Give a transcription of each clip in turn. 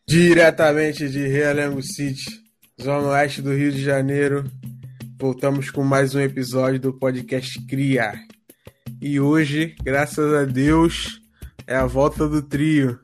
Diretamente de Realengo City, zona oeste do Rio de Janeiro, voltamos com mais um episódio do podcast Cria. E hoje, graças a Deus, é a volta do trio.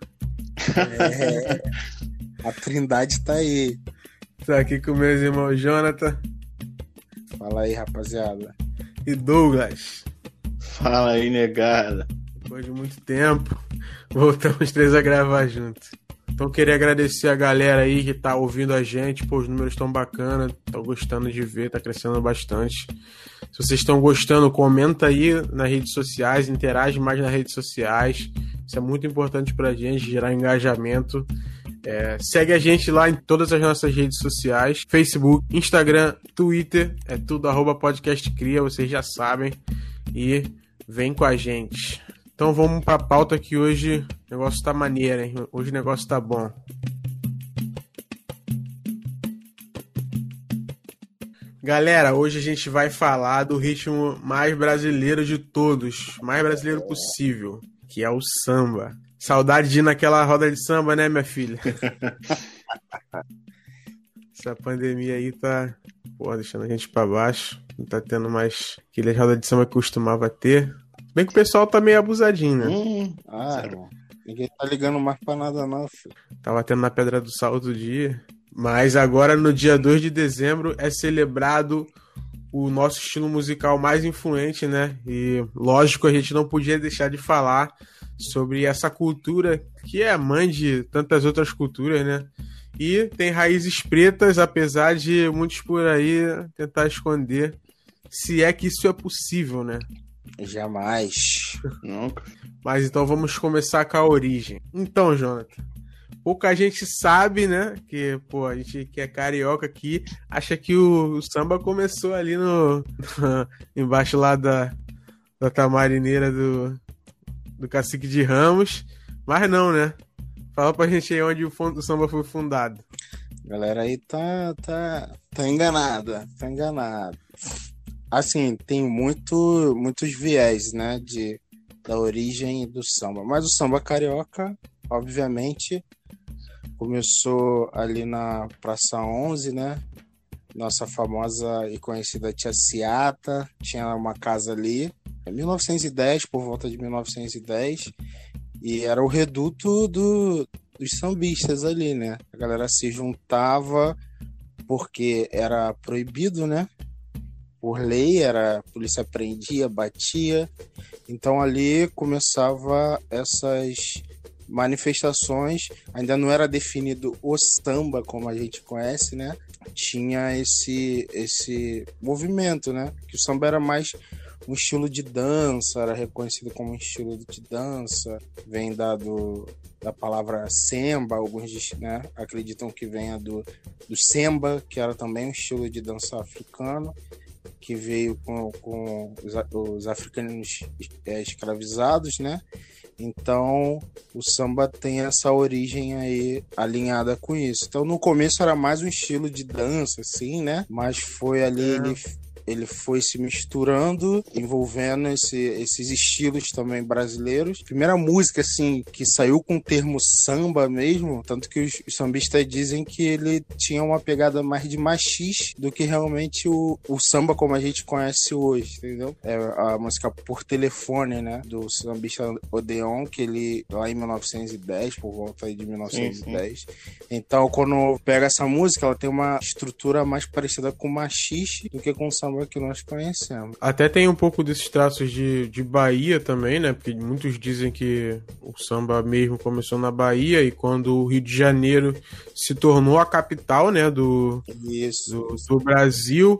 A Trindade tá aí. Tô aqui com meus irmãos Jonathan. Fala aí, rapaziada. E Douglas. Fala aí, negada. Depois de muito tempo, voltamos três a gravar juntos. Então queria agradecer a galera aí que tá ouvindo a gente, pô, os números estão bacanas, tô gostando de ver, tá crescendo bastante. Se vocês estão gostando, comenta aí nas redes sociais, interage mais nas redes sociais, isso é muito importante pra gente, gerar engajamento. Segue a gente lá em todas as nossas redes sociais, Facebook, Instagram, Twitter, é tudo @podcastcria, vocês já sabem, e vem com a gente. Então vamos pra pauta que hoje o negócio tá maneiro, hein? Hoje o negócio tá bom. Galera, hoje a gente vai falar do ritmo mais brasileiro de todos, mais brasileiro possível, que é o samba. Saudade de ir naquela roda de samba, né, minha filha? Essa pandemia aí tá, deixando a gente pra baixo. Não tá tendo mais aquele roda de samba que costumava ter. Bem que o pessoal tá meio abusadinho, né? Irmão. Ninguém tá ligando mais pra nada não, filho. Tava tendo na Pedra do Sal outro dia. Mas agora, no dia 2 de dezembro, é celebrado o nosso estilo musical mais influente, né? E, lógico, a gente não podia deixar de falar sobre essa cultura que é a mãe de tantas outras culturas, né? E tem raízes pretas, apesar de muitos por aí tentar esconder, se é que isso é possível, né? Jamais. Nunca. Mas então vamos começar com a origem. Então, Jonathan, pouca gente sabe, né? Que, pô, a gente que é carioca aqui acha que o samba começou ali no embaixo lá da tamarineira do Cacique de Ramos, mas não, né? Fala pra gente aí onde o samba foi fundado. A galera aí tá enganada, tá enganada. Assim, tem muitos viés, né, da origem do samba. Mas o samba carioca, obviamente, começou ali na Praça 11, né? Nossa famosa e conhecida Tia Ciata tinha uma casa ali. Em 1910, por volta de 1910, e era o reduto dos sambistas ali, né? A galera se juntava porque era proibido, né? Por lei, a polícia prendia, batia. Então ali começava essas manifestações. Ainda não era definido o samba como a gente conhece, né? Tinha esse movimento, né? Que o samba era mais um estilo de dança, era reconhecido como um estilo de dança, vem da palavra semba, alguns, né, acreditam que venha do semba, que era também um estilo de dança africano, que veio com os africanos escravizados, né? Então o samba tem essa origem aí alinhada com isso. Então no começo era mais um estilo de dança, assim, né? Mas foi ali, ele foi se misturando, envolvendo esses estilos também brasileiros. Primeira música, assim, que saiu com o termo samba mesmo, tanto que os sambistas dizem que ele tinha uma pegada mais de machis do que realmente o samba como a gente conhece hoje, entendeu? É a música Por Telefone, né, do sambista Odeon, que ele, lá em 1910, por volta aí de 1910. Sim. Então, quando pega essa música, ela tem uma estrutura mais parecida com machis do que com o samba que nós conhecemos. Até tem um pouco desses traços de Bahia também, né? Porque muitos dizem que o samba mesmo começou na Bahia e quando o Rio de Janeiro se tornou a capital, né, do Brasil,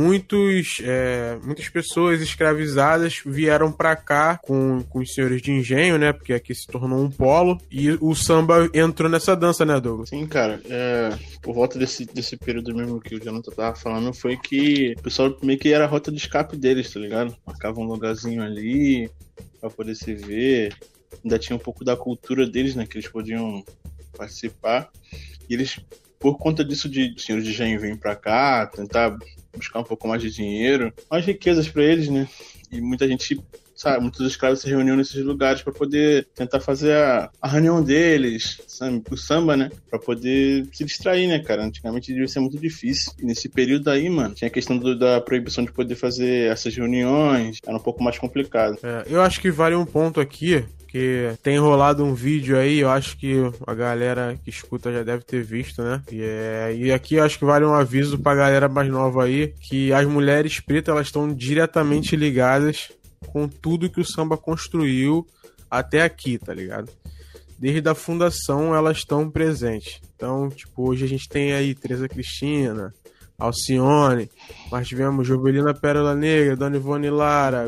muitas pessoas escravizadas vieram pra cá com os senhores de engenho, né? Porque aqui se tornou um polo e o samba entrou nessa dança, né, Douglas? Sim, cara. Por volta desse período mesmo que o Jonathan tava falando, foi que o pessoal meio que era a rota de escape deles, tá ligado? Marcava um lugarzinho ali pra poder se ver. Ainda tinha um pouco da cultura deles, né? Que eles podiam participar. E eles, por conta disso de senhores de engenho virem pra cá, tentar buscar um pouco mais de dinheiro, mais riquezas pra eles, né? E muita gente sabe, muitos escravos se reuniam nesses lugares para poder tentar fazer a reunião deles, sabe, o samba, né? Pra poder se distrair, né, cara? Antigamente devia ser muito difícil. E nesse período aí, mano, tinha a questão da proibição de poder fazer essas reuniões, era um pouco mais complicado. Eu acho que vale um ponto aqui, que tem rolado um vídeo aí, eu acho que a galera que escuta já deve ter visto, né? E aqui eu acho que vale um aviso pra galera mais nova aí, que as mulheres pretas, elas estão diretamente ligadas com tudo que o samba construiu até aqui, tá ligado? Desde a fundação elas estão presentes. Então, tipo, hoje a gente tem aí Tereza Cristina, Alcione, mas tivemos Jovelina Pérola Negra, Dona Ivone Lara,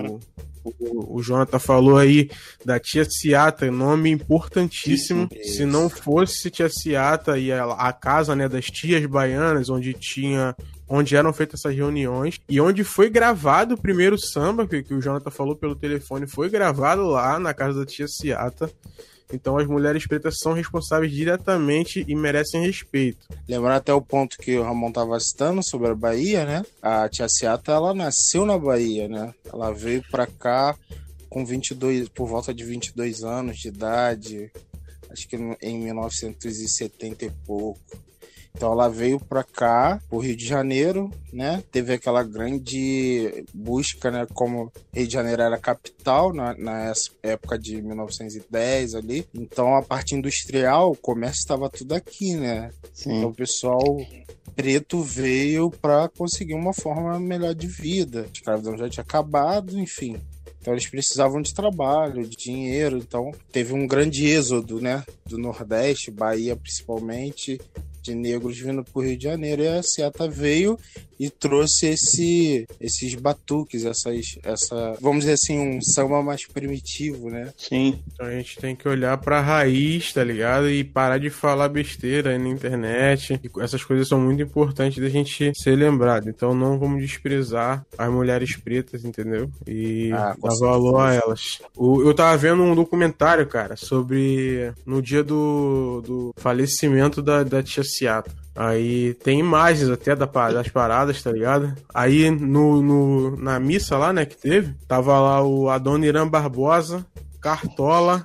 o Jonathan falou aí da Tia Ciata, nome importantíssimo. Isso. Se não fosse Tia Ciata e a casa, né, das tias baianas, onde eram feitas essas reuniões e onde foi gravado o primeiro samba, que o Jonathan falou pelo telefone, foi gravado lá na casa da Tia Ciata. Então as mulheres pretas são responsáveis diretamente e merecem respeito. Lembrando até o ponto que o Ramon estava citando sobre a Bahia, né? A Tia Ciata, ela nasceu na Bahia, né? Ela veio para cá com por volta de 22 anos de idade, acho que em 1970 e pouco. Então ela veio para cá, pro Rio de Janeiro, né? Teve aquela grande busca, né? Como Rio de Janeiro era capital na época de 1910 ali. Então a parte industrial, o comércio estava tudo aqui, né? Sim. Então o pessoal preto veio para conseguir uma forma melhor de vida. A escravidão já tinha acabado, enfim. Então eles precisavam de trabalho, de dinheiro. Então teve um grande êxodo, né? Do Nordeste, Bahia principalmente, de negros vindo pro Rio de Janeiro, e a Ciata veio e trouxe esses batuques, vamos dizer assim, um samba mais primitivo, né? Sim. Então a gente tem que olhar pra raiz, tá ligado? E parar de falar besteira aí na internet. E essas coisas são muito importantes da gente ser lembrado. Então não vamos desprezar as mulheres pretas, entendeu? E dar valor a elas. Eu tava vendo um documentário, cara, sobre no dia do falecimento da Tia Ciata. Aí tem imagens até das paradas, tá ligado? Aí na missa lá, né, que teve, tava lá o Adoniran Barbosa, Cartola,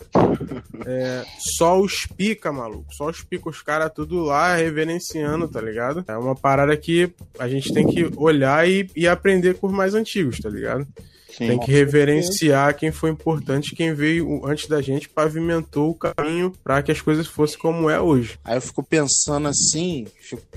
só os pica, maluco. Só os pica, os caras tudo lá reverenciando, tá ligado? É uma parada que a gente tem que olhar e aprender com os mais antigos, tá ligado? Sim, tem que reverenciar quem foi importante, quem veio antes da gente, pavimentou o caminho para que as coisas fossem como é hoje. Aí eu fico pensando assim,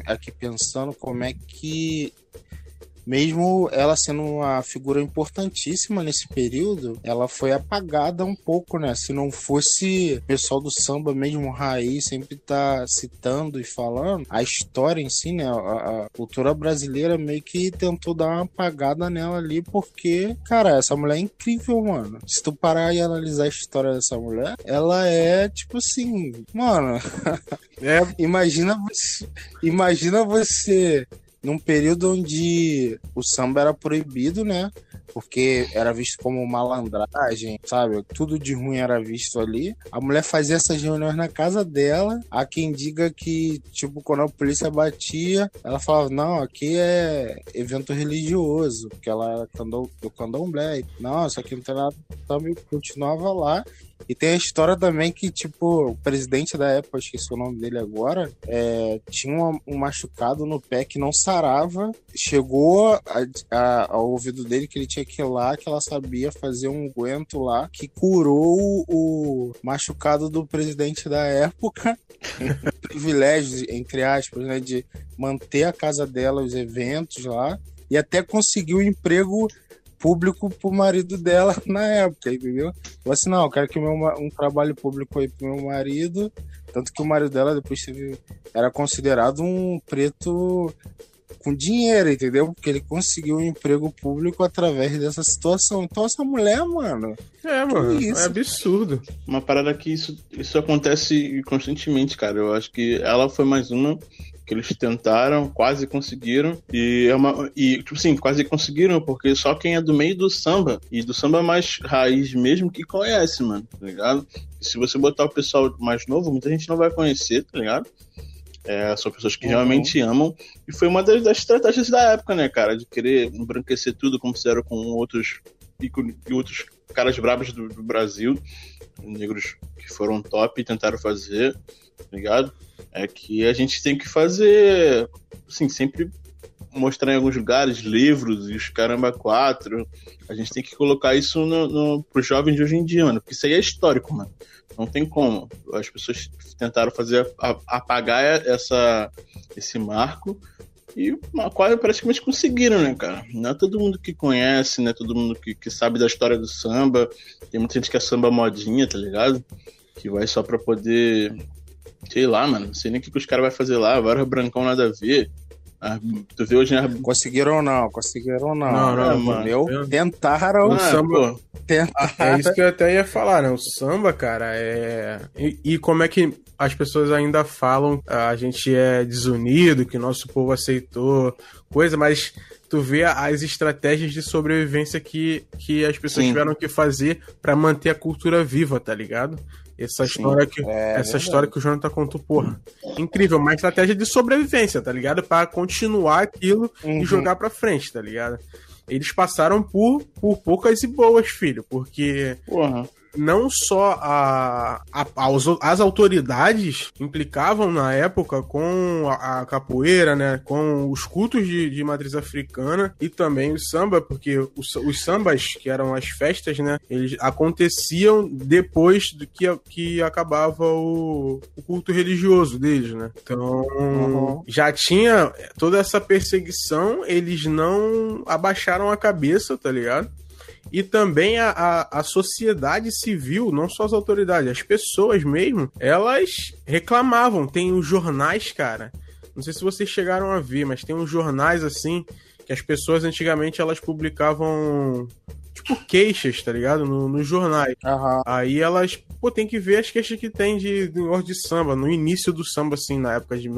como é que, mesmo ela sendo uma figura importantíssima nesse período, ela foi apagada um pouco, né? Se não fosse o pessoal do samba mesmo raiz sempre tá citando e falando, a história em si, né? A cultura brasileira meio que tentou dar uma apagada nela ali, porque, cara, essa mulher é incrível, mano. Se tu parar e analisar a história dessa mulher, ela é tipo assim, mano. Imagina você num período onde o samba era proibido, né? Porque era visto como malandragem, sabe? Tudo de ruim era visto ali. A mulher fazia essas reuniões na casa dela. Há quem diga que, tipo, quando a polícia batia, ela falava, não, aqui é evento religioso, porque ela era do candomblé. Não, isso aqui não tem nada. Também continuava lá. E tem a história também que, tipo, o presidente da época, esqueci o nome dele agora, tinha um machucado no pé que não sarava. Chegou ao ouvido dele que ele tinha que ir lá, que ela sabia fazer um unguento lá, que curou o machucado do presidente da época. Privilégios, entre aspas, né, de manter a casa dela, os eventos lá, e até conseguiu emprego público pro marido dela na época, entendeu? Falou assim, não, eu quero que um trabalho público aí pro meu marido, tanto que o marido dela depois era considerado um preto com dinheiro, entendeu? Porque ele conseguiu um emprego público através dessa situação. Então essa mulher, mano... mano, é absurdo. Uma parada que isso acontece constantemente, cara. Eu acho que ela foi mais uma que eles tentaram, quase conseguiram, e tipo assim, quase conseguiram, porque só quem é do meio do samba, e do samba mais raiz mesmo, que conhece, mano, tá ligado? E se você botar o pessoal mais novo, muita gente não vai conhecer, tá ligado? São pessoas que realmente amam, e foi uma das estratégias da época, né, cara, de querer embranquecer tudo, como fizeram com outros caras brabos do Brasil, negros que foram top e tentaram fazer, tá ligado? É que a gente tem que fazer, assim, sempre mostrar em alguns lugares, livros e os caramba 4. A gente tem que colocar isso pros jovens de hoje em dia, mano, porque isso aí é histórico, mano. Não tem como. As pessoas tentaram apagar esse marco e quase praticamente conseguiram, né, cara? Não é todo mundo que conhece, não é todo mundo que sabe da história do samba. Tem muita gente que é samba modinha, tá ligado? Que vai só pra poder... Sei lá, mano. Não sei nem o que os caras vão fazer lá. Vários brancão nada a ver. Tu vê hoje, né? Conseguiram não. Não, mano. Tentaram. O samba... É isso que eu até ia falar, né? O samba, cara, E como é que as pessoas ainda falam a gente é desunido, que nosso povo aceitou coisa, mas tu vê as estratégias de sobrevivência que as pessoas tiveram que fazer pra manter a cultura viva, tá ligado? Essa história que o Jonathan contou, porra, incrível, uma estratégia de sobrevivência, tá ligado? Pra continuar aquilo e jogar pra frente, tá ligado? Eles passaram por poucas e boas, filho, porque... Porra. Não só as autoridades implicavam na época com a capoeira, né, com os cultos de matriz africana e também o samba, porque os sambas, que eram as festas, né, eles aconteciam depois do que acabava o culto religioso deles, né. Então, já tinha toda essa perseguição, eles não abaixaram a cabeça, tá ligado? E também a sociedade civil, não só as autoridades, as pessoas mesmo, elas reclamavam. Tem os jornais, cara. Não sei se vocês chegaram a ver, mas tem uns jornais assim, que as pessoas antigamente elas publicavam tipo queixas, tá ligado? Nos jornais. Aí elas, tem que ver as queixas que tem de negócio de samba. No início do samba, assim, na época de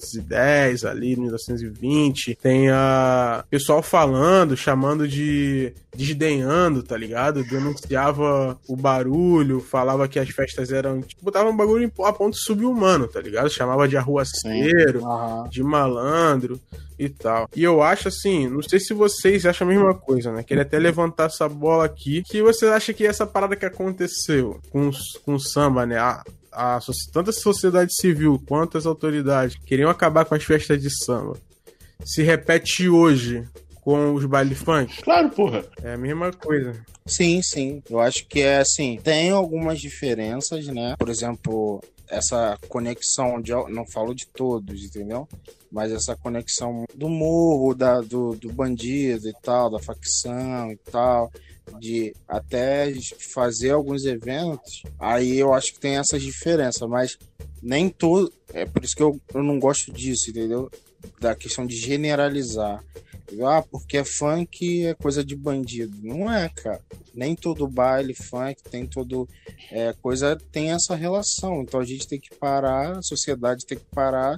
1910, ali, 1920, tem pessoal falando, chamando de... desdenhando, tá ligado? Denunciava o barulho, falava que as festas eram... Tipo, botava um bagulho a ponto subhumano, tá ligado? Chamava de arruaceiro, de malandro e tal. E eu acho assim, não sei se vocês acham a mesma coisa, né? Queria até levantar essa bola aqui. Que vocês acham que essa parada que aconteceu com o samba, né? Tanto a sociedade civil quanto as autoridades queriam acabar com as festas de samba. Se repete hoje com os baile funk? Claro, porra. É a mesma coisa. Sim. Eu acho que é assim, tem algumas diferenças, né? Por exemplo, essa conexão não falo de todos, entendeu? Mas essa conexão do morro, do bandido e tal, da facção e tal, de até fazer alguns eventos, aí eu acho que tem essas diferenças, mas nem todo... É por isso que eu não gosto disso, entendeu? Da questão de generalizar. Porque é funk, é coisa de bandido. Não é, cara. Nem todo baile funk, tem todo... coisa tem essa relação. Então a gente tem que parar, a sociedade tem que parar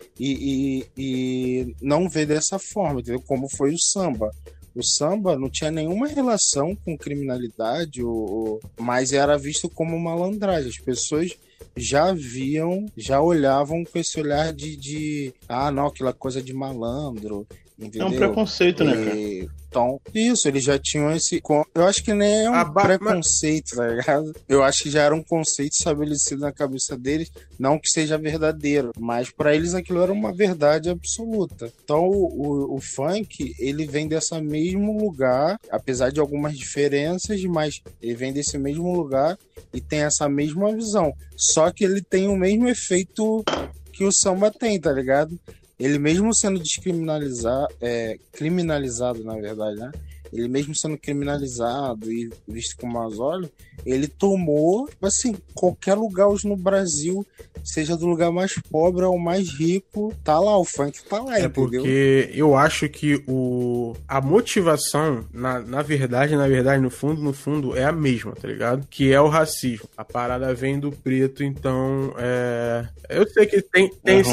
e não ver dessa forma, entendeu? Como foi o samba. O samba não tinha nenhuma relação com criminalidade, mas era visto como malandragem. As pessoas já olhavam com esse olhar de não, aquela coisa de malandro, entendeu? É um preconceito, né, cara? Então, isso, eles já tinham esse... Eu acho que nem é um preconceito, tá ligado? Eu acho que já era um conceito estabelecido na cabeça deles, não que seja verdadeiro, mas pra eles aquilo era uma verdade absoluta. Então, o funk, ele vem desse mesmo lugar, apesar de algumas diferenças, mas ele vem desse mesmo lugar e tem essa mesma visão. Só que ele tem o mesmo efeito que o samba tem, tá ligado? Ele mesmo sendo criminalizado, na verdade, né? Ele mesmo sendo criminalizado e visto com maus olhos, ele tomou, assim, qualquer lugar hoje no Brasil, seja do lugar mais pobre ao mais rico, tá lá, o funk tá lá, entendeu? Porque eu acho que a motivação, na verdade, no fundo, é a mesma, tá ligado? Que é o racismo. A parada vem do preto, então, eu sei que tem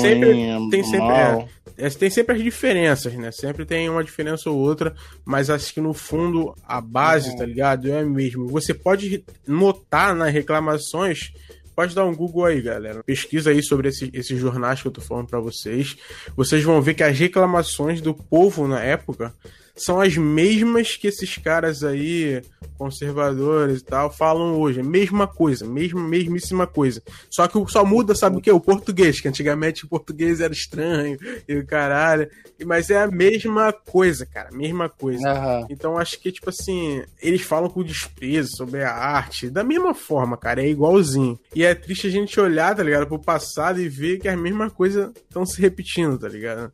sempre as diferenças, né? Sempre tem uma diferença ou outra, mas acho que no fundo a base, tá ligado? É a mesma. Você pode notar nas reclamações, pode dar um Google aí, galera. Pesquisa aí sobre esses jornais que eu tô falando pra vocês. Vocês vão ver que as reclamações do povo na época são as mesmas que esses caras aí, conservadores e tal, falam hoje. É a mesma coisa, mesmíssima coisa. Só que só muda, sabe o quê? O português, que antigamente o português era estranho e o caralho. Mas é a mesma coisa, cara, mesma coisa. Aham. Então acho que, tipo assim, eles falam com desprezo sobre a arte, da mesma forma, cara, é igualzinho. E é triste a gente olhar, tá ligado, pro passado e ver que as mesmas coisas estão se repetindo, tá ligado?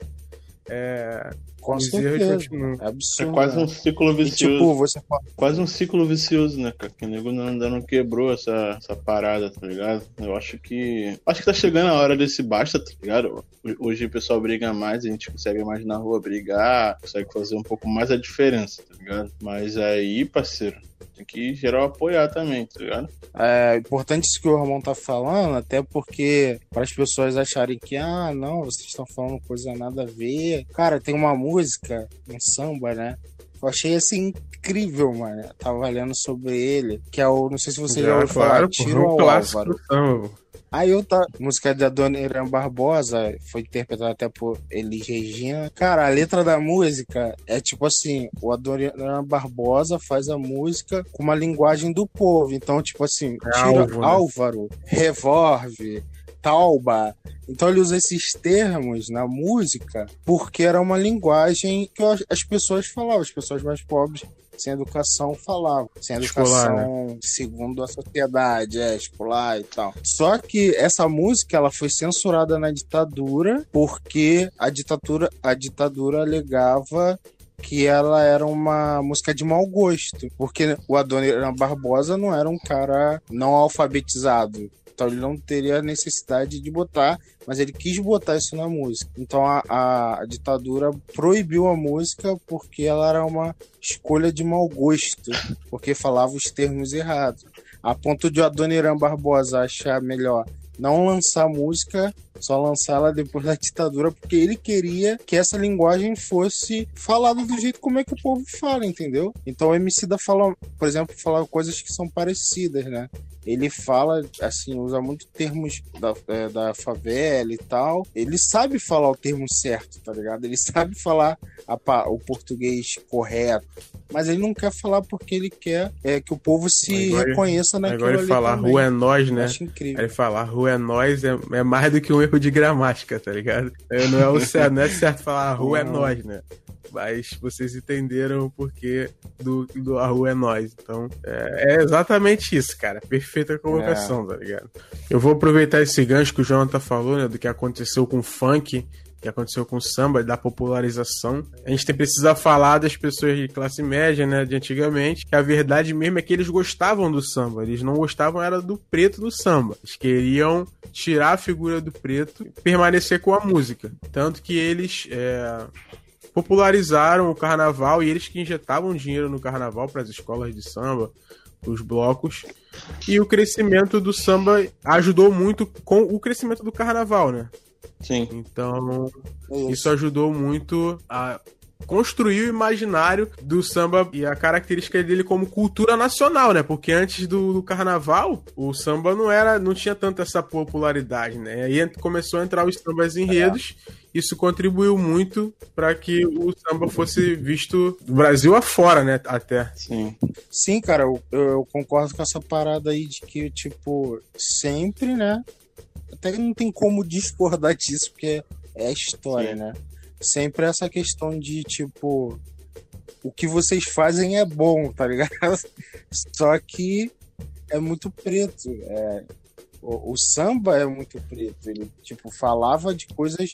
Com Os erros certeza. continuam. É absurdo. É quase um né? ciclo E vicioso. tipo, você fala, Quase um ciclo vicioso, né, cara? Que o nego ainda não quebrou essa parada, tá ligado? Eu acho que tá chegando a hora desse basta, tá ligado? Hoje o pessoal briga mais, a gente consegue mais na rua brigar, consegue fazer um pouco mais a diferença, tá ligado? Mas aí, parceiro, tem que geral apoiar também, tá ligado? é importante isso que o Ramon tá falando, até porque para as pessoas acharem que, não, vocês estão falando coisa nada a ver. Cara, tem uma música, um samba, né? Eu achei assim incrível, mano. Eu tava lendo sobre ele, que é o, não sei se você já ouviu falar, Tiro ao Álvaro. Aí música da Dona Irã Barbosa, foi interpretada até por Elis Regina. Cara, a letra da música é tipo assim, o Adoniran Barbosa faz a música com uma linguagem do povo. Então, tipo assim, tira Álvaro, Revolve, Tauba. Então ele usa esses termos na música porque era uma linguagem que as pessoas falavam, as pessoas mais pobres sem educação falavam, sem educação escolar, né? Segundo a sociedade, escolar e tal. Só que essa música ela foi censurada na ditadura porque a ditadura alegava que ela era uma música de mau gosto, porque o Adoniran Barbosa não era um cara não alfabetizado. Então ele não teria necessidade de botar, mas ele quis botar isso na música. Então a ditadura proibiu a música porque ela era uma escolha de mau gosto, porque falava os termos errados. A ponto de o Adoniran Barbosa achar melhor não lançar música, só lançá-la depois da ditadura, porque ele queria que essa linguagem fosse falada do jeito como é que o povo fala, entendeu? Então o Emicida fala, por exemplo, fala coisas que são parecidas, né? Ele fala, assim, usa muito termos da favela e tal. Ele sabe falar o termo certo, tá ligado? Ele sabe falar o português correto. Mas ele não quer falar porque ele quer que o povo se reconheça naquilo ali. Agora ele falar rua é nós, né? Acho incrível. Ele falar rua é nós é mais do que um erro de gramática, tá ligado? Não é o certo, não é certo falar rua é nós, né? Mas vocês entenderam o porquê do a rua é nós. Então, é exatamente isso, cara. Perfeita colocação, tá ligado? Eu vou aproveitar esse gancho que o Jonathan falou, né? Do que aconteceu com o funk, que aconteceu com o samba, da popularização. A gente precisa falar das pessoas de classe média, né? De antigamente, que a verdade mesmo é que eles gostavam do samba. Eles não gostavam era do preto do samba. Eles queriam tirar a figura do preto e permanecer com a música. Tanto que eles popularizaram o carnaval e eles que injetavam dinheiro no carnaval para as escolas de samba, os blocos, e o crescimento do samba ajudou muito com o crescimento do carnaval, né? Sim. Então, isso ajudou muito a construir o imaginário do samba e a característica dele como cultura nacional, né? Porque antes do carnaval, o samba não tinha tanto essa popularidade, né? Aí começou a entrar os sambas enredos. Isso contribuiu muito para que o samba fosse visto do Brasil afora, né? Até. Sim, cara, eu concordo com essa parada aí de que, tipo, sempre, né? Até que não tem como discordar disso, porque é a história, né? Sempre essa questão de, tipo, o que vocês fazem é bom, tá ligado? Só que é muito preto. O samba é muito preto. Ele, tipo, falava de coisas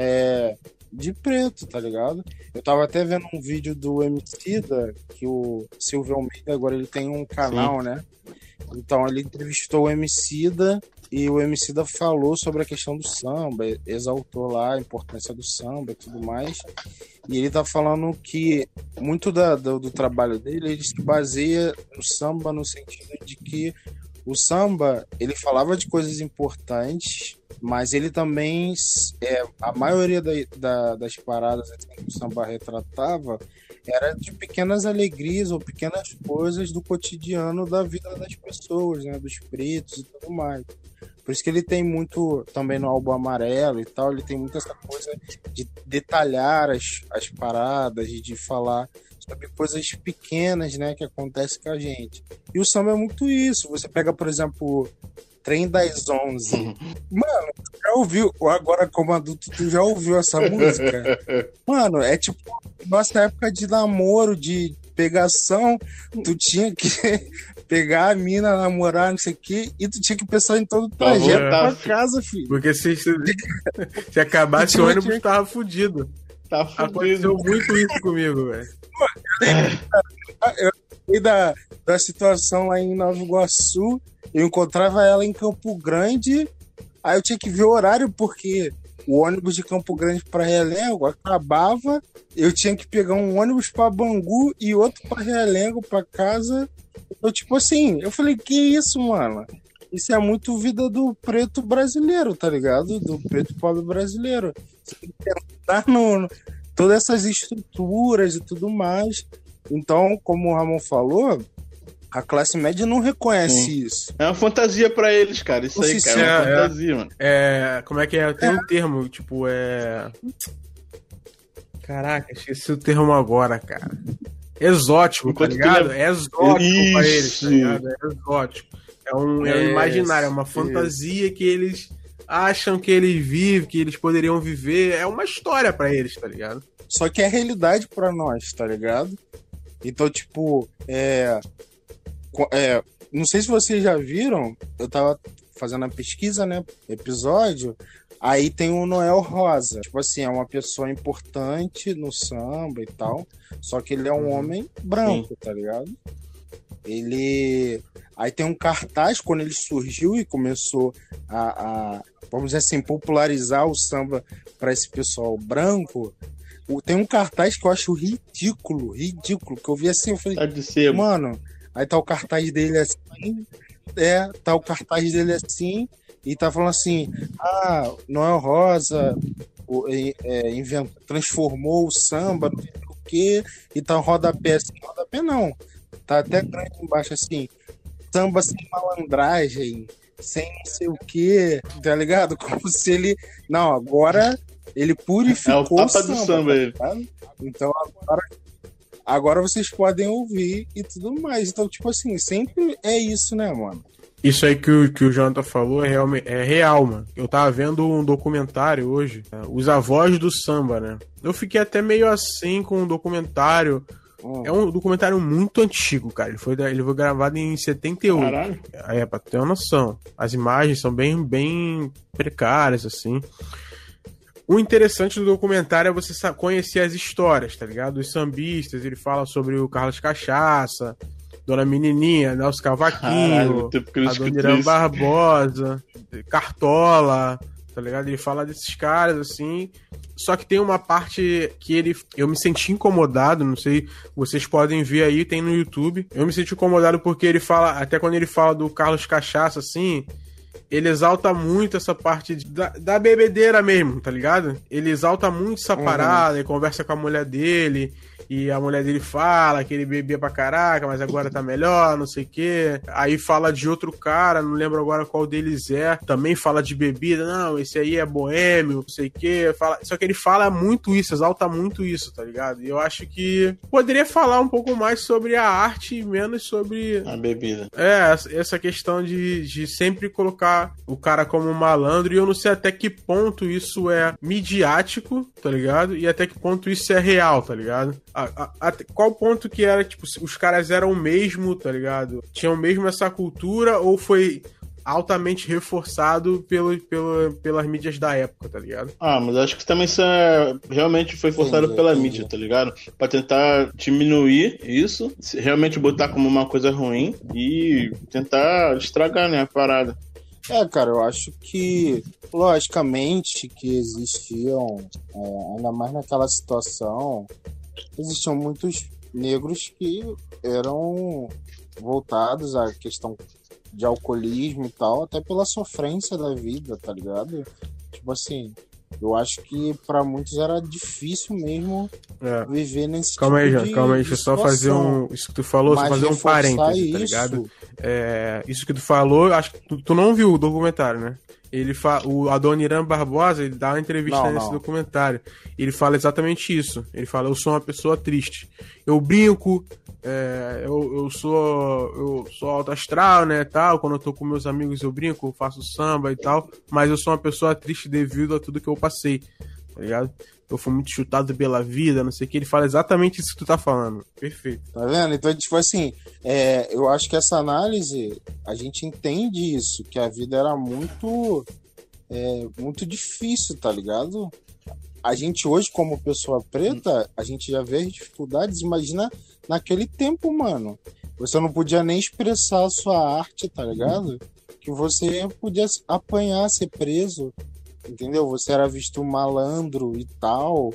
de preto, tá ligado? Eu tava até vendo um vídeo do Emicida, que o Silvio Almeida, agora ele tem um canal, né? Então ele entrevistou o Emicida e o Emicida falou sobre a questão do samba, exaltou lá a importância do samba e tudo mais. E ele tá falando que muito do trabalho dele, ele se baseia no samba no sentido de que o samba, ele falava de coisas importantes, mas ele também, a maioria das paradas que o samba retratava era de pequenas alegrias ou pequenas coisas do cotidiano da vida das pessoas, né, dos pretos e tudo mais. Por isso que ele tem muito, também no álbum Amarelo e tal, ele tem muito essa coisa de detalhar as paradas, de falar sobre coisas pequenas, né, que acontecem com a gente. E o samba é muito isso. Você pega, por exemplo, Trem das 11. Mano, tu já ouviu, agora como adulto, tu já ouviu essa música? Mano, é tipo, nossa época de namoro, de pegação, tu tinha que pegar a mina, namorar, não sei o que, e tu tinha que pensar em todo o trajeto pra casa, filho. Porque se acabasse o ônibus, tava fudido. Tá fudido. Aconteceu muito isso comigo, velho. Eu sei da situação lá em Nova Iguaçu, eu encontrava ela em Campo Grande, aí eu tinha que ver o horário, porque o ônibus de Campo Grande para Realengo acabava, eu tinha que pegar um ônibus para Bangu e outro para Realengo, para casa. Eu, tipo assim, eu falei, que isso, mano? Isso é muito vida do preto brasileiro, tá ligado? Do preto pobre brasileiro. Você tem que pensar todas essas estruturas e tudo mais. Então, como o Ramon falou, a classe média não reconhece isso. É uma fantasia pra eles, cara. Isso aí, cara, é uma fantasia, mano. Como é que é? Tem um termo, tipo, Caraca, esqueci o termo agora, cara. Exótico, tá ligado? É exótico pra eles, tá ligado? É exótico. É um imaginário, é uma fantasia que eles acham que eles vivem, que eles poderiam viver. É uma história pra eles, tá ligado? Só que é realidade pra nós, tá ligado? Então, tipo, não sei se vocês já viram, eu tava fazendo a pesquisa, né, episódio, aí tem o Noel Rosa, tipo assim, é uma pessoa importante no samba e tal, só que ele é um homem branco, tá ligado? Aí tem um cartaz, quando ele surgiu e começou a vamos dizer assim, popularizar o samba para esse pessoal branco, tem um cartaz que eu acho ridículo, que eu vi assim, eu falei, mano, aí tá o cartaz dele assim, e tá falando assim, Noel Rosa transformou o samba, não sei o quê, e tá um rodapé assim, rodapé não, tá até grande embaixo assim, samba sem malandragem, sem não sei o quê, tá ligado? Como se ele, não, agora ele purificou o tapa do samba, tá? Então agora vocês podem ouvir e tudo mais. Então, tipo assim, sempre é isso, né, mano? Isso aí que o Jonathan falou é real, mano. Eu tava vendo um documentário hoje, Os Avós do Samba, né? Eu fiquei até meio assim com o documentário. É um documentário muito antigo, cara. Ele foi gravado em 78. Caralho. Pra ter uma noção. As imagens são bem, bem precárias, assim. O interessante do documentário é você conhecer as histórias, tá ligado? Os sambistas, ele fala sobre o Carlos Cachaça, Dona Menininha, Nelson Cavaquinho, a Dona Irã Barbosa, Cartola, tá ligado? Ele fala desses caras, assim. Só que tem uma parte que eu me senti incomodado, não sei, vocês podem ver aí, tem no YouTube. Eu me senti incomodado porque ele fala, até quando ele fala do Carlos Cachaça, assim, ele exalta muito essa parte da bebedeira mesmo, tá ligado? Ele exalta muito essa parada, ele conversa com a mulher dele, e a mulher dele fala que ele bebia pra caraca, mas agora tá melhor, não sei o quê. Aí fala de outro cara, não lembro agora qual deles é, também fala de bebida, não, esse aí é boêmio, não sei o quê. Só que ele fala muito isso, exalta muito isso, tá ligado? E eu acho que poderia falar um pouco mais sobre a arte e menos sobre a bebida. Essa questão de sempre colocar o cara como um malandro, e eu não sei até que ponto isso é midiático, tá ligado? E até que ponto isso é real, tá ligado? Qual ponto que era, tipo, os caras eram o mesmo, tá ligado? Tinham mesmo essa cultura, ou foi altamente reforçado pelas mídias da época, tá ligado? Mas acho que também isso realmente foi forçado pela mídia, tá ligado? Pra tentar diminuir isso, realmente botar como uma coisa ruim e tentar estragar, né, a parada. Cara, eu acho que, logicamente, que existiam, ainda mais naquela situação, existiam muitos negros que eram voltados à questão de alcoolismo e tal, até pela sofrência da vida, tá ligado? Tipo assim, eu acho que pra muitos era difícil mesmo viver nesse calma tipo aí, deixa eu só fazer isso que tu falou, só fazer um parêntese, tá ligado? isso que tu falou, acho que tu não viu o documentário, né? O Adoniran Barbosa, ele dá uma entrevista nesse documentário. Ele fala exatamente isso. Ele fala, eu sou uma pessoa triste. Eu brinco, eu sou alto astral, né, tal. Quando eu tô com meus amigos eu brinco, eu faço samba e tal. Mas eu sou uma pessoa triste devido a tudo que eu passei, tá ligado? Eu fui muito chutado pela vida, não sei o que. Ele fala exatamente isso que tu tá falando. Perfeito. Tá vendo? Então, tipo assim, eu acho que essa análise, a gente entende isso, que a vida era muito difícil, tá ligado? A gente hoje, como pessoa preta, a gente já vê as dificuldades. Imagina naquele tempo, mano. Você não podia nem expressar a sua arte, tá ligado? Que você podia apanhar, ser preso. Entendeu? Você era visto malandro e tal.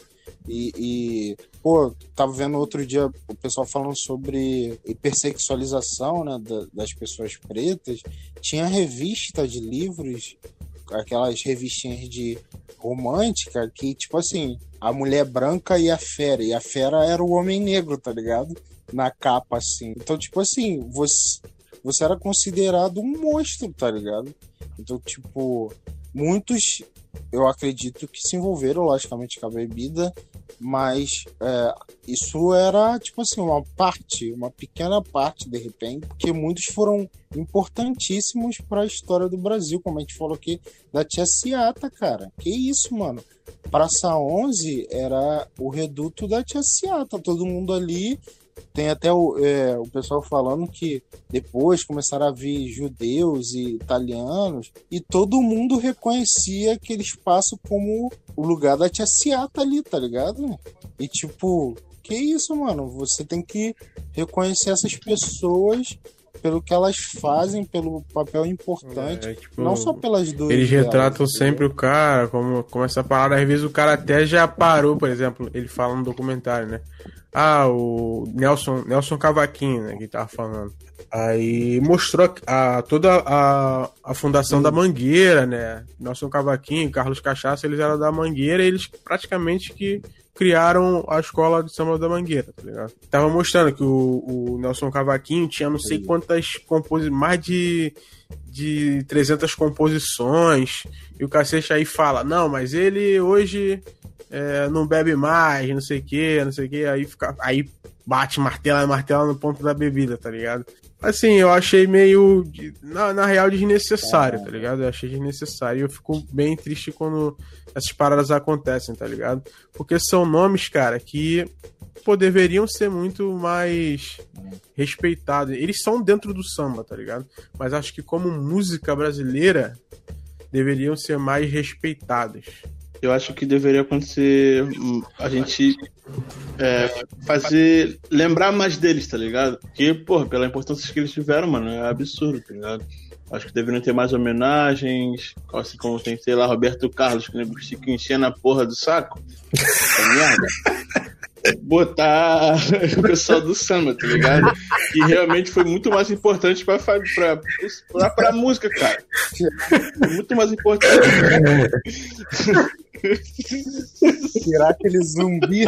Pô, tava vendo outro dia o pessoal falando sobre hipersexualização, né, das pessoas pretas. Tinha revista de livros, aquelas revistinhas de romântica, que, tipo assim, a mulher branca e a fera era o homem negro, tá ligado? Na capa, assim. Então, tipo assim, você era considerado um monstro, tá ligado? Então, tipo, muitos, eu acredito que se envolveram, logicamente, com a bebida, mas isso era, tipo assim, uma pequena parte, de repente, porque muitos foram importantíssimos para a história do Brasil, como a gente falou aqui, da Tia Ciata, cara. Que isso, mano? Praça 11 era o reduto da Tia Ciata, todo mundo ali. Tem até o pessoal falando que depois começaram a vir judeus e italianos e todo mundo reconhecia aquele espaço como o lugar da Tia Ciata ali, tá ligado? E tipo, que isso, mano? Você tem que reconhecer essas pessoas pelo que elas fazem, pelo papel importante, tipo, não só pelas dores. Eles retratam delas, sempre o cara como essa parada. Às vezes o cara até já parou, por exemplo, ele fala no documentário, né? O Nelson Cavaquinho, né, que tava falando. Aí mostrou toda a fundação da Mangueira, né? Nelson Cavaquinho, Carlos Cachaça, eles eram da Mangueira e eles praticamente que criaram a escola de samba da Mangueira, tá ligado? Tava mostrando que o Nelson Cavaquinho tinha não sei quantas mais de 300 composições, e o cacete aí fala, não, mas ele hoje não bebe mais, não sei o que, aí bate, martela no ponto da bebida, tá ligado? Assim, eu achei meio, na real, desnecessário, tá ligado? Eu achei desnecessário e eu fico bem triste quando essas paradas acontecem, tá ligado? Porque são nomes, cara, que, pô, deveriam ser muito mais respeitados. Eles são dentro do samba, tá ligado? Mas acho que como música brasileira, deveriam ser mais respeitados. Eu acho que deveria acontecer a gente lembrar mais deles, tá ligado? Porque, porra, pela importância que eles tiveram, mano, é absurdo, tá ligado? Acho que deveriam ter mais homenagens, assim como tem, sei lá, Roberto Carlos, que fica enchendo a porra do saco. É merda. Botar o pessoal do samba, tá ligado? Que realmente foi muito mais importante pra música, cara. Muito mais importante. Tirar aquele zumbi.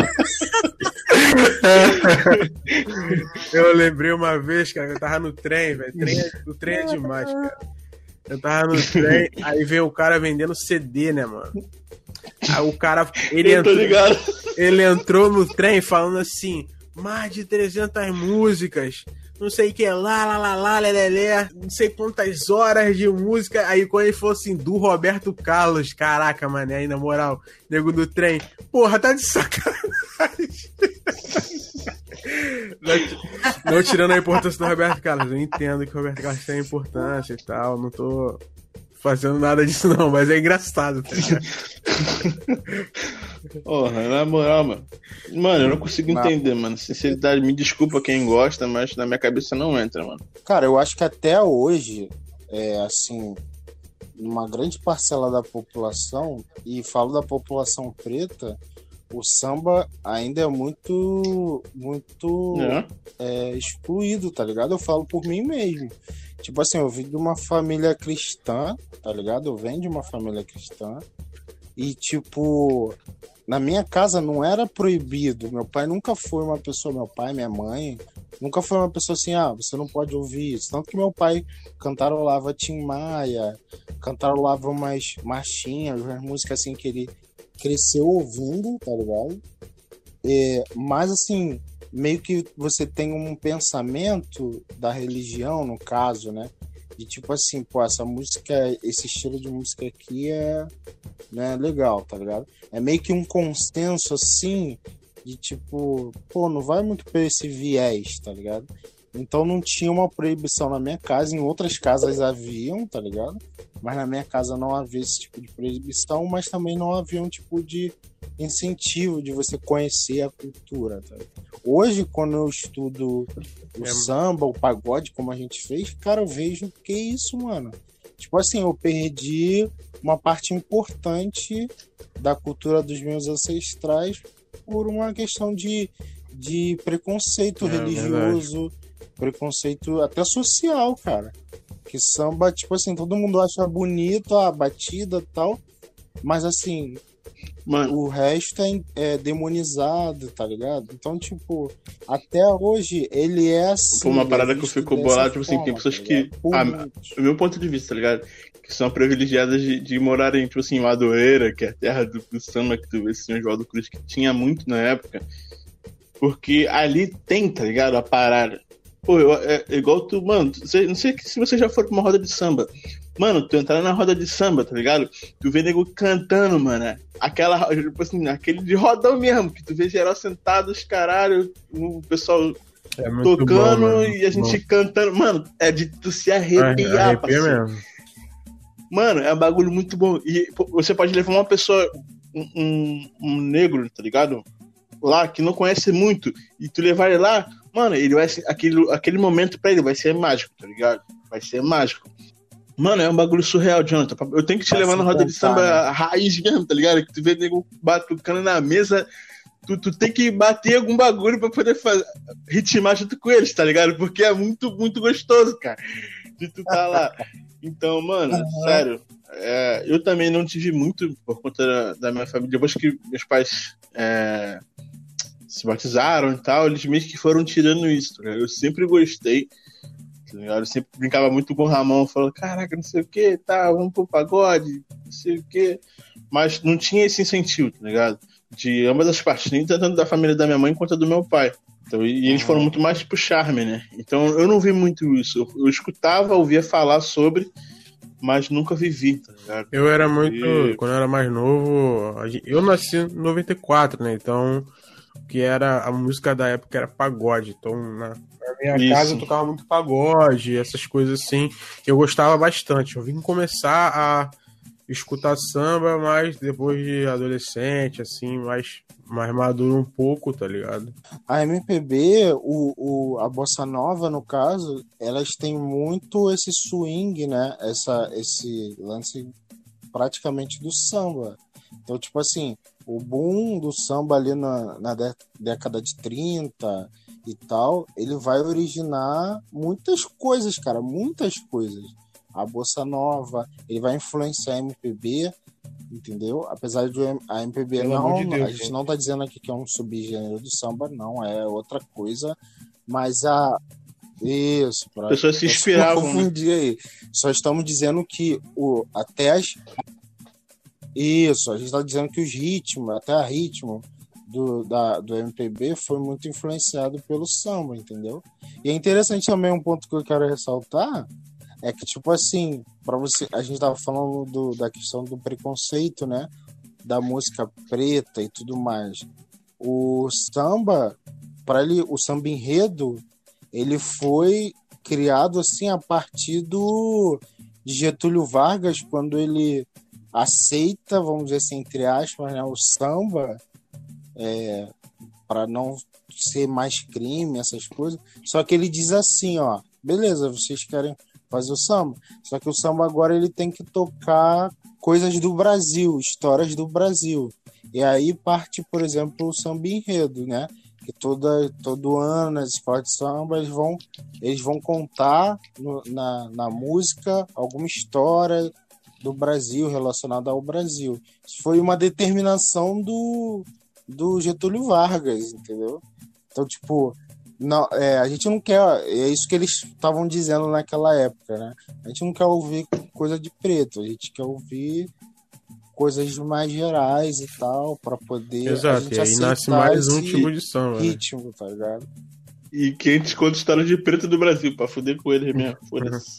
Eu lembrei uma vez, cara, eu tava no trem, velho. O trem é demais, cara. Eu tava no trem, aí veio o cara vendendo CD, né, mano? Aí o cara, ele entrou no trem falando assim, mais de 300 músicas, não sei o que lá, lelé, não sei quantas horas de música. Aí quando ele falou assim, do Roberto Carlos, caraca, mano, aí na moral, nego do trem, porra, tá de sacanagem. Não tirando a importância do Roberto Carlos, eu entendo que o Roberto Carlos tem importância e tal, não tô fazendo nada disso não, mas é engraçado, tá ligado? Porra, na moral, mano. Mano, eu não consigo entender, mano. Sinceridade, me desculpa quem gosta, mas na minha cabeça não entra, mano. Cara, eu acho que até hoje, assim, uma grande parcela da população, e falo da população preta, o samba ainda é muito excluído, tá ligado? Eu falo por mim mesmo. Tipo assim, eu vim de uma família cristã, tá ligado? Eu venho de uma família cristã. E, tipo, na minha casa não era proibido. Meu pai nunca foi uma pessoa, meu pai, minha mãe, nunca foi uma pessoa assim, você não pode ouvir isso. Tanto que meu pai cantarolava Tim Maia, cantarolava umas marchinhas, umas músicas assim que ele cresceu ouvindo, tá ligado? Mas assim, meio que você tem um pensamento da religião, no caso, né? De tipo assim, pô, essa música, esse estilo de música aqui né, legal, tá ligado? É meio que um consenso assim, de tipo, pô, não vai muito pra esse viés, tá ligado? Então não tinha uma proibição na minha casa, em outras casas haviam, tá ligado? Mas na minha casa não havia esse tipo de proibição, mas também não havia um tipo de incentivo de você conhecer a cultura, tá ligado? Hoje, quando eu estudo o samba, o pagode, como a gente fez, cara, eu vejo que isso, mano. Tipo assim, eu perdi uma parte importante da cultura dos meus ancestrais por uma questão de preconceito religioso, preconceito até social, cara. Que samba, tipo assim, todo mundo acha bonito a batida e tal, mas assim, mano, o resto é demonizado, tá ligado? Então, tipo, até hoje ele é assim. Foi uma parada que eu fico bolado, tipo assim, tem pessoas que. O meu ponto de vista, tá ligado? Que são privilegiadas de morarem, tipo assim, em Madureira, que é a terra do samba, que tu vê esse São João do Cruz, que tinha muito na época. Porque ali tem, tá ligado? A parada. Pô, igual tu, mano, não sei se você já for pra uma roda de samba. Mano, tu entrar na roda de samba, tá ligado? Tu vê nego cantando, mano. Aquela, tipo assim, aquele de rodão mesmo, que tu vê geral sentado, os caralho, o pessoal tocando bom, e a gente cantando. Mano, é de tu se arrepiar, parceiro. Mesmo. Mano, é um bagulho muito bom. E você pode levar uma pessoa, um negro, tá ligado? Lá, que não conhece muito, e tu levar ele lá, mano, ele vai ser, aquele momento pra ele vai ser mágico, tá ligado? Vai ser mágico. Mano, é um bagulho surreal, Jonathan. Eu tenho que te levar na roda de samba raiz mesmo, tá ligado? Que tu vê nego batucando na mesa, tu tem que bater algum bagulho pra poder ritmar junto com eles, tá ligado? Porque é muito, muito gostoso, cara, de tu tá lá. Então, mano, sério, eu também não tive muito por conta da minha família. Depois que meus pais se batizaram e tal, eles meio que foram tirando isso, tá ligado? Eu sempre gostei, tá ligado? Eu sempre brincava muito com o Ramon, falando, caraca, não sei o que, tá, vamos pro pagode, não sei o que, mas não tinha esse incentivo, tá ligado? De ambas as partes, nem tanto da família da minha mãe quanto do meu pai. Então, e eles foram muito mais pro charme, né? Então eu não vi muito isso. Eu escutava, ouvia falar sobre, mas nunca vivi, tá ligado? Eu era muito. Quando eu era mais novo, eu nasci em 94, né? Então, que era a música da época era pagode. Então, na minha casa eu tocava muito pagode, essas coisas assim, que eu gostava bastante. Eu vim começar a escutar samba, mas depois de adolescente, assim, mais maduro um pouco, tá ligado? A MPB, a bossa nova, no caso, elas têm muito esse swing, né? Esse lance praticamente do samba. Então, tipo assim, o boom do samba ali na década de 30 e tal, ele vai originar muitas coisas, cara, muitas coisas. A bossa nova, ele vai influenciar a MPB, entendeu? Apesar de a MPB a gente não tá dizendo aqui que é um subgênero do samba, não, é outra coisa, mas isso, as pessoas se inspiravam, confundir aí. Só estamos dizendo que isso, a gente tá dizendo que os ritmos, até a ritmo do MPB foi muito influenciado pelo samba, entendeu? E é interessante também um ponto que eu quero ressaltar, é que, tipo assim, para você, a gente tava falando da questão do preconceito, né? Da música preta e tudo mais. O samba, o samba enredo, ele foi criado assim a partir de Getúlio Vargas, quando ele aceita, vamos dizer assim, entre aspas, né, o samba, para não ser mais crime, essas coisas. Só que ele diz assim, ó, beleza, vocês querem fazer o samba, só que o samba agora ele tem que tocar coisas do Brasil, histórias do Brasil. E aí parte, por exemplo, o samba enredo, né? Que todo ano nas escolas de samba eles vão contar na música alguma história do Brasil, relacionada ao Brasil. Isso foi uma determinação do Getúlio Vargas, entendeu? Então, tipo, não, a gente não quer... É isso que eles estavam dizendo naquela época, né? A gente não quer ouvir coisa de preto, a gente quer ouvir coisas mais gerais e tal, pra poder... Exato, e aí nasce mais um tipo de samba, ritmo, tá ligado? E que a gente conta história de preto do Brasil, pra fuder com ele mesmo. Foda-se.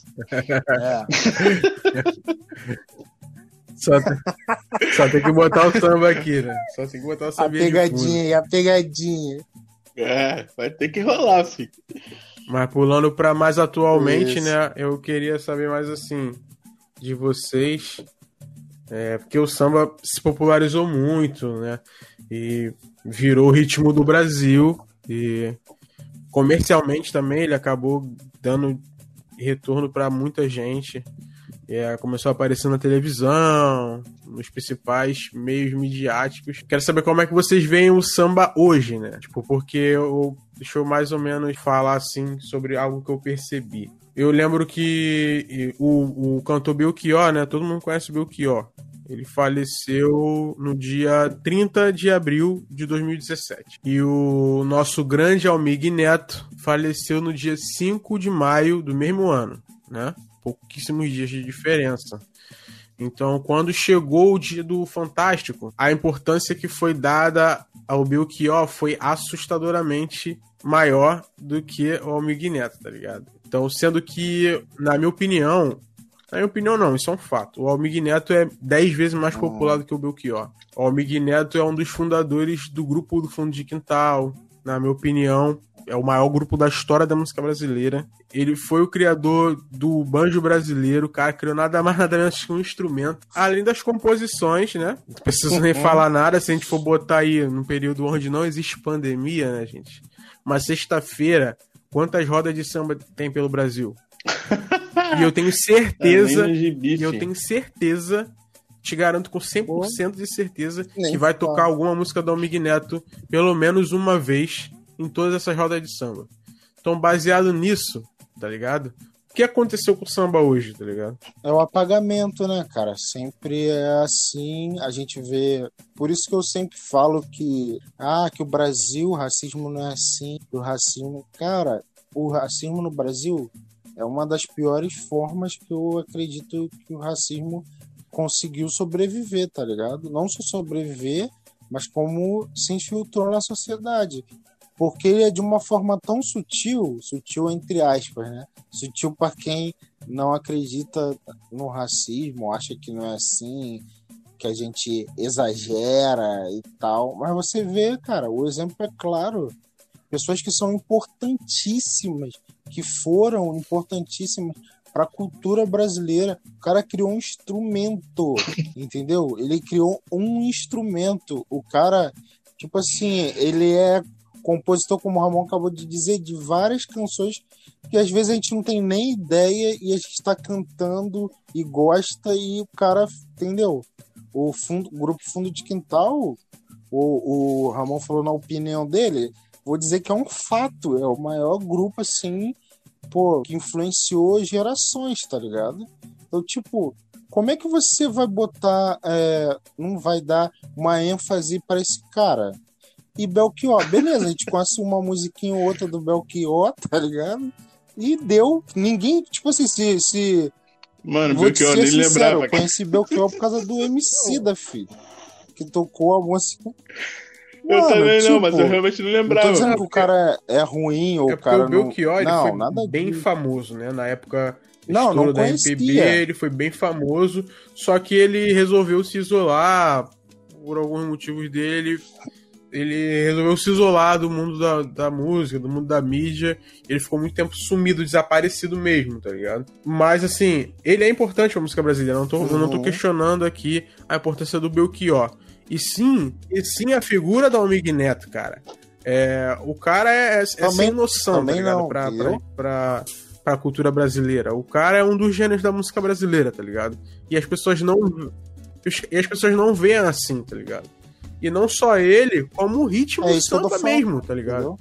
Só tem que botar o samba aqui, né? Só tem que botar o samba aqui. A pegadinha. Vai ter que rolar, filho. Mas pulando pra mais atualmente, né? Eu queria saber mais assim de vocês. Porque o samba se popularizou muito, né? E virou o ritmo do Brasil. E comercialmente também ele acabou dando retorno para muita gente. Começou a aparecer na televisão, nos principais meios midiáticos. Quero saber como é que vocês veem o samba hoje, né? Tipo, porque deixa eu mais ou menos falar assim sobre algo que eu percebi. Eu lembro que o cantor Belchior, né? Todo mundo conhece o Belchior. Ele faleceu no dia 30 de abril de 2017. E o nosso grande Almir Neto faleceu no dia 5 de maio do mesmo ano, né? Pouquíssimos dias de diferença. Então, quando chegou o dia do Fantástico, a importância que foi dada ao Belchior foi assustadoramente maior do que ao Almir Neto, tá ligado? Então, sendo que, na minha opinião não, isso é um fato. O Almir Neto é 10 vezes mais popular do que o Belchior. O Almir Neto é um dos fundadores do grupo do Fundo de Quintal. Na minha opinião, é o maior grupo da história da música brasileira. Ele foi o criador do banjo brasileiro. O cara criou nada mais nada menos que um instrumento. Além das composições, né? Não preciso nem falar nada se a gente for botar aí num período onde não existe pandemia, né, gente? Uma sexta-feira, quantas rodas de samba tem pelo Brasil? E eu tenho certeza, te garanto com 100% de certeza que vai tocar alguma música do Almir Neto pelo menos uma vez em todas essas rodas de samba. Então, baseado nisso, tá ligado? O que aconteceu com o samba hoje, tá ligado? É o apagamento, né, cara? Sempre é assim, a gente vê... Por isso que eu sempre falo que o Brasil, o racismo não é assim, o racismo... Cara, o racismo no Brasil... É uma das piores formas que eu acredito que o racismo conseguiu sobreviver, tá ligado? Não só sobreviver, mas como se infiltrou na sociedade. Porque ele é de uma forma tão sutil entre aspas, né? Sutil para quem não acredita no racismo, acha que não é assim, que a gente exagera e tal. Mas você vê, cara, o exemplo é claro. Pessoas que são importantíssimas, que foram importantíssimas para a cultura brasileira. O cara criou um instrumento, entendeu? Ele criou um instrumento. O cara, tipo assim, ele é compositor, como o Ramon acabou de dizer, de várias canções que às vezes a gente não tem nem ideia e a gente está cantando e gosta e o cara, entendeu? O grupo Fundo de Quintal, o Ramon falou na opinião dele, vou dizer que é um fato, é o maior grupo, assim, que influenciou gerações, tá ligado? Então, tipo, como é que você vai botar, não vai dar uma ênfase para esse cara? E Belchior, beleza, a gente conhece uma musiquinha ou outra do Belchior, tá ligado? E deu, ninguém, tipo assim, se Mano, Belchior nem lembrava. Eu conheci Belchior por causa do Emicida, filho, que tocou a música. Eu também não, mas eu realmente não lembrava. Não tô dizendo que o cara é ruim ou o cara o Belchior, não... ele foi bem famoso, né? Na época não da MPB, ele foi bem famoso, só que ele resolveu se isolar por alguns motivos dele. Ele resolveu se isolar do mundo da música, do mundo da mídia. Ele ficou muito tempo sumido, desaparecido mesmo, tá ligado? Mas, assim, ele é importante pra música brasileira. Eu não tô questionando aqui a importância do Belchior. E sim a figura do Almir Neto, cara. O cara é sem noção, tá ligado? Pra cultura brasileira. O cara é um dos gêneros da música brasileira, tá ligado? E as pessoas não veem assim, tá ligado? E não só ele, como o ritmo do samba mesmo, tá ligado?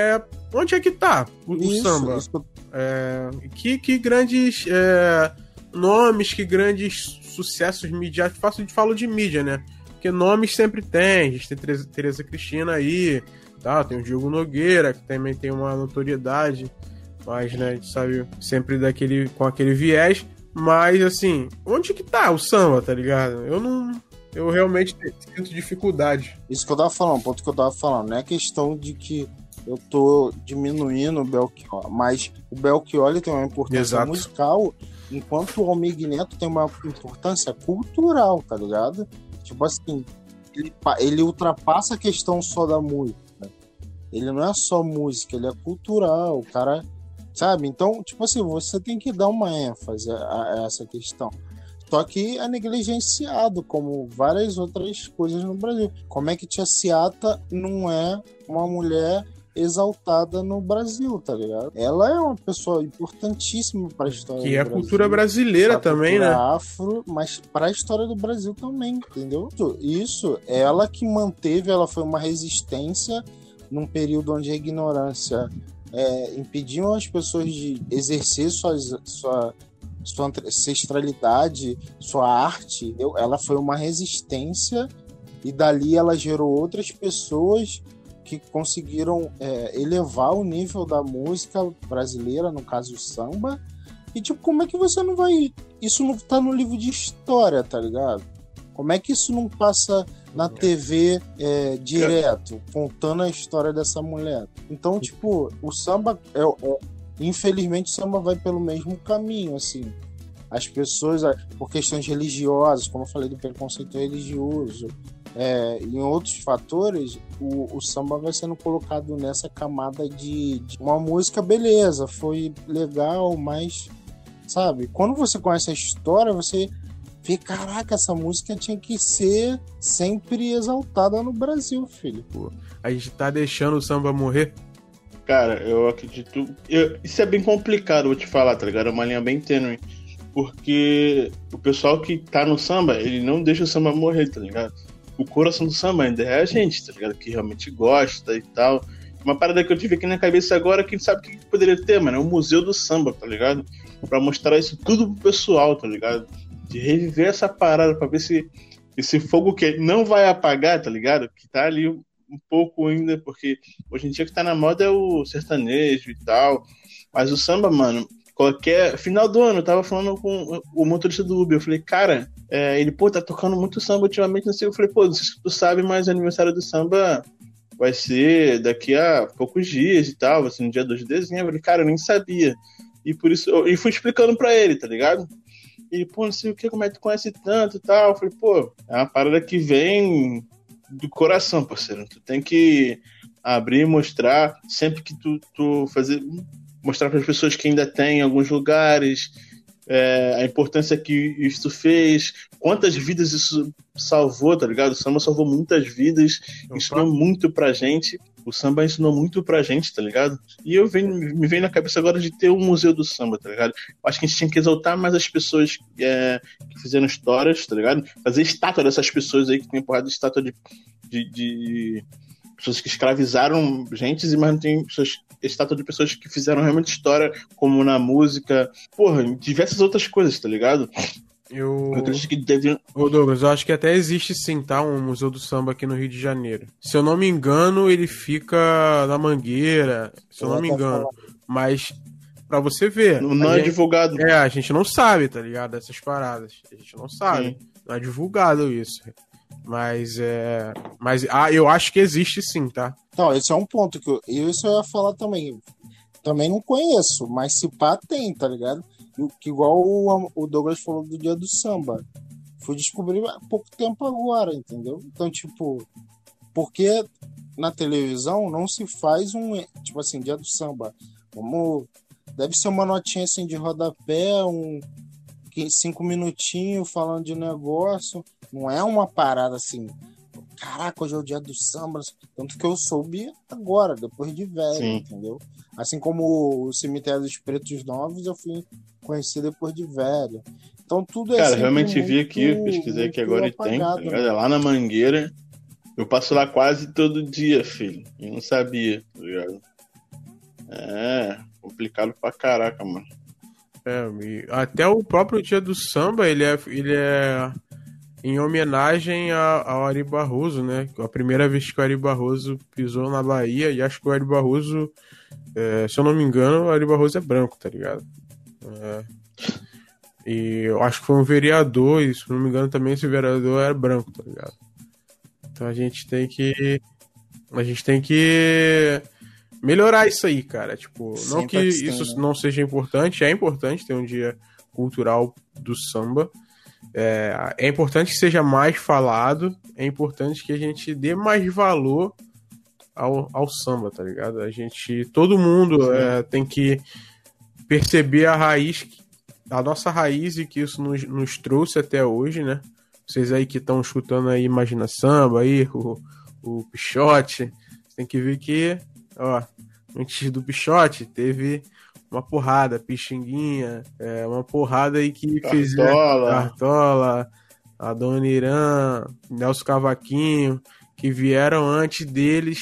Onde é que tá o samba? Que grandes nomes que grandes sucessos midiáticos, falo de mídia, né? Porque nomes sempre tem, a gente tem Tereza Cristina aí, tá? Tem o Diogo Nogueira, que também tem uma notoriedade, mas, né, a gente sabe sempre com aquele viés, mas, assim, onde que tá o samba, tá ligado? Eu realmente sinto dificuldade. Isso que eu tava falando, o ponto que eu tava falando, não é questão de que eu tô diminuindo o Belchior, mas o Belchior ele tem uma importância musical, enquanto o Almir Neto tem uma importância cultural, tá ligado? Tipo assim, ele ultrapassa a questão só da música. Ele não é só música, ele é cultural, o cara, sabe? Então, tipo assim, você tem que dar uma ênfase a essa questão. Só que é negligenciado, como várias outras coisas no Brasil. Como é que Tia Ciata não é uma mulher exaltada no Brasil, tá ligado? Ela é uma pessoa importantíssima para a história do Brasil. Que é a cultura brasileira também, né? Afro, mas para a história do Brasil também, entendeu? Isso, ela que manteve, ela foi uma resistência num período onde a ignorância impediam as pessoas de exercer sua ancestralidade, sua arte. Entendeu? Ela foi uma resistência e dali ela gerou outras pessoas que conseguiram elevar o nível da música brasileira, no caso o samba. E tipo, como é que você não vai... Isso não tá no livro de história, tá ligado? Como é que isso não passa na TV direto, contando a história dessa mulher? Então, tipo, o samba... Infelizmente, o samba vai pelo mesmo caminho, assim. As pessoas, por questões religiosas, como eu falei do preconceito religioso, em outros fatores, o samba vai sendo colocado nessa camada de uma música, beleza, foi legal, mas, sabe, quando você conhece a história, você vê, caraca, essa música tinha que ser sempre exaltada no Brasil, filho. A gente tá deixando o samba morrer? Cara, eu acredito... Isso é bem complicado, vou te falar, tá ligado? É uma linha bem tênue. Porque o pessoal que tá no samba, ele não deixa o samba morrer, tá ligado? O coração do samba ainda é a gente, tá ligado? Que realmente gosta e tal. Uma parada que eu tive aqui na cabeça agora, quem sabe o que poderia ter, mano? É um museu do samba, tá ligado? Pra mostrar isso tudo pro pessoal, tá ligado? De reviver essa parada, pra ver se esse fogo que não vai apagar, tá ligado? Que tá ali um pouco ainda, porque hoje em dia o que tá na moda é o sertanejo e tal. Mas o samba, mano... Final do ano, eu tava falando com o motorista do Uber, eu falei, cara, ele, tá tocando muito samba ultimamente, não sei, eu falei, não sei se tu sabe, mas o aniversário do samba vai ser daqui a poucos dias e tal, vai ser no dia 2 de dezembro, eu falei, cara, eu nem sabia, e por isso, e fui explicando pra ele, tá ligado? E ele, não sei o que, como é que tu conhece tanto e tal, eu falei, é uma parada que vem do coração, parceiro, tu tem que abrir e mostrar, sempre que tu fazer... mostrar para as pessoas que ainda tem em alguns lugares, a importância que isso fez, quantas vidas isso salvou, tá ligado? O samba salvou muitas vidas, ensinou muito pra gente, o samba ensinou muito pra gente, tá ligado? E me vem na cabeça agora de ter um museu do samba, tá ligado? Acho que a gente tinha que exaltar mais as pessoas que fizeram histórias, tá ligado? Fazer estátua dessas pessoas aí, que tem porrada de estátua de pessoas que escravizaram gente, mas não tem estátua de pessoas que fizeram realmente história, como na música, diversas outras coisas, tá ligado? Eu acredito que deviam... Ô Douglas, eu acho que até existe sim, tá? Um Museu do Samba aqui no Rio de Janeiro. Se eu não me engano, ele fica na Mangueira, se eu não me engano. Mas, pra você ver... Não é divulgado. A gente não sabe, tá ligado? Essas paradas. A gente não sabe. Sim. Não é divulgado isso. Mas eu acho que existe sim, tá? Não, esse é um ponto que eu ia falar também. Também não conheço, mas se pá tem, tá ligado? Que igual o Douglas falou do Dia do Samba. Fui descobrir há pouco tempo agora, entendeu? Então, tipo, porque na televisão não se faz tipo assim, Dia do Samba. Deve ser uma notinha assim de rodapé, 5 minutinhos falando de negócio. Não é uma parada assim, caraca, hoje é o Dia do Samba. Tanto que eu soube agora, depois de velho, sim, entendeu? Assim como o Cemitério dos Pretos Novos, eu fui conhecer depois de velho. Então tudo é... Cara, realmente vi aqui, pesquisei aqui agora apagado, e tem, tá ligado? Lá na Mangueira, eu passo lá quase todo dia, filho. E não sabia, tá ligado? É complicado pra caraca, mano. Até o próprio dia do samba, ele é em homenagem ao Ari Barroso, né? A primeira vez que o Ari Barroso pisou na Bahia, e acho que o Ari Barroso, se eu não me engano, o Ari Barroso é branco, tá ligado? E eu acho que foi um vereador, e se não me engano também esse vereador era branco, tá ligado? Então a gente tem que melhorar isso aí, cara. Tipo, não que isso não seja importante, é importante ter um dia cultural do samba. É importante que seja mais falado, é importante que a gente dê mais valor ao samba, tá ligado? Todo mundo tem que perceber a nossa raiz e que isso nos trouxe até hoje, né? Vocês aí que estão escutando aí Imagina Samba, aí, o Pixote, tem que ver que, antes do Pixote teve uma porrada, Pixinguinha, uma porrada aí que fez Cartola, a Dona Irã, Nelson Cavaquinho, que vieram antes deles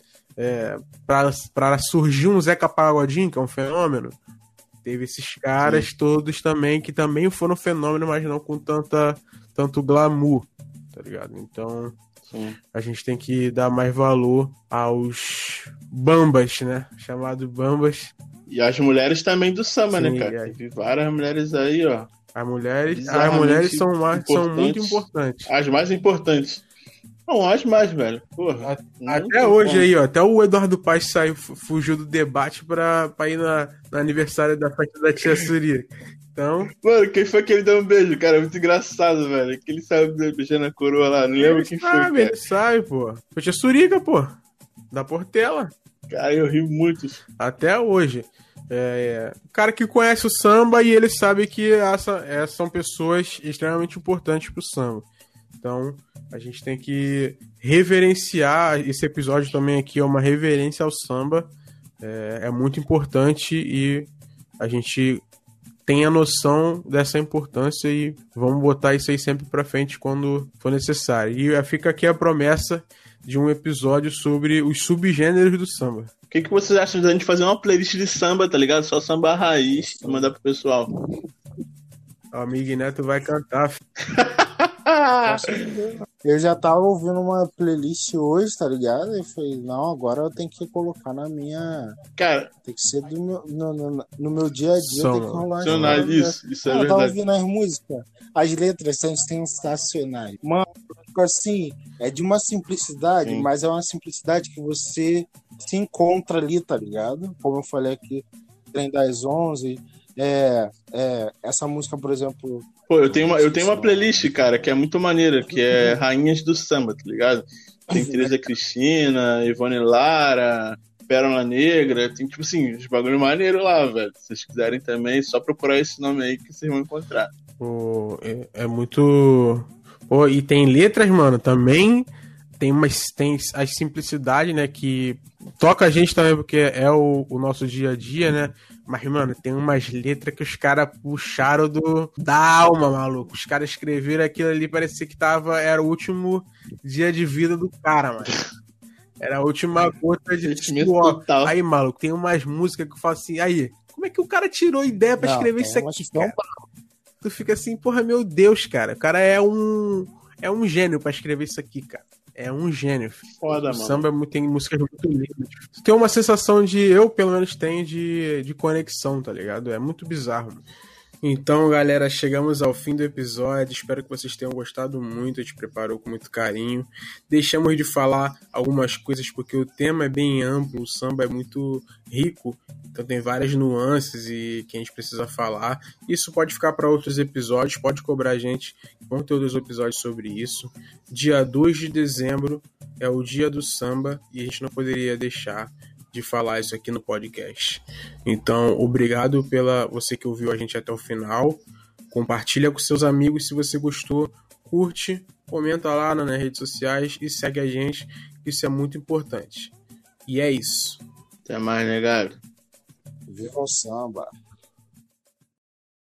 para surgir um Zeca Pagodinho, que é um fenômeno. Teve esses caras todos também, que também foram fenômeno, mas não com tanto glamour, tá ligado? Então, a gente tem que dar mais valor aos bambas, né? Chamado bambas. E as mulheres também do samba, né, cara? Teve várias mulheres aí, ó. As mulheres são muito importantes. As mais importantes. Não, as mais, velho. Porra. Até hoje aí, ó. Até o Eduardo Paes fugiu do debate pra ir no aniversário da festa da tia Suri. Então... Mano, quem foi que ele deu um beijo, cara? Muito engraçado, velho. Que ele saiu beijando a coroa lá. Não lembro quem foi, cara. Ele sabe, pô. Foi tia Surica, pô. Da Portela. Cara, eu ri muito. Até hoje. O cara que conhece o samba e ele sabe que são pessoas extremamente importantes pro samba. Então, a gente tem que reverenciar. Esse episódio também aqui é uma reverência ao samba. É muito importante e a gente tem a noção dessa importância e vamos botar isso aí sempre pra frente quando for necessário. E fica aqui a promessa de um episódio sobre os subgêneros do samba. O que vocês acham da gente fazer uma playlist de samba, tá ligado? Só samba raiz e mandar pro pessoal. O amigo Neto vai cantar. Eu já tava ouvindo uma playlist hoje, tá ligado? E falei, não, agora eu tenho que colocar na minha... Cara... Tem que ser no meu dia a dia, tem que rolar... Isso é verdade. Eu tava ouvindo as músicas, as letras são sensacionais. Mano, assim, é de uma simplicidade, mas é uma simplicidade que você se encontra ali, tá ligado? Como eu falei aqui, Trem das 11... essa música, por exemplo... Pô, eu tenho uma playlist, cara, que é muito maneira, que é Rainhas do Samba, tá ligado? Tem Tereza Cristina, Ivone Lara, Pérola Negra, tem, tipo assim, uns bagulho maneiro lá, velho. Se vocês quiserem também, é só procurar esse nome aí que vocês vão encontrar. Pô, é muito... Pô, e tem letras, mano, também... Tem as simplicidades, né, que toca a gente também, porque é o nosso dia a dia, né? Mas, mano, tem umas letras que os caras puxaram da alma, maluco. Os caras escreveram aquilo ali, parecia que era o último dia de vida do cara, mano. Era a última gota de suor. Aí, maluco, tem umas músicas que eu falo assim, aí, como é que o cara tirou ideia pra escrever isso aqui, cara? Tu fica assim, porra, meu Deus, cara. O cara é um gênio pra escrever isso aqui, cara. É um gênio. Foda, o samba tem músicas muito lindas. Tem uma sensação eu pelo menos tenho de conexão, tá ligado? É muito bizarro. Mano. Então, galera, chegamos ao fim do episódio. Espero que vocês tenham gostado muito. A gente preparou com muito carinho. Deixamos de falar algumas coisas porque o tema é bem amplo. O samba é muito rico. Então tem várias nuances e que a gente precisa falar. Isso pode ficar para outros episódios. Pode cobrar a gente. Vamos ter outros episódios sobre isso. Dia 2 de dezembro é o dia do samba e a gente não poderia deixar de falar isso aqui no podcast. Então, obrigado pela você que ouviu a gente até o final. Compartilha com seus amigos se você gostou. Curte, comenta lá nas redes sociais e segue a gente. Isso é muito importante. E é isso. Até mais, negado. Viva o samba.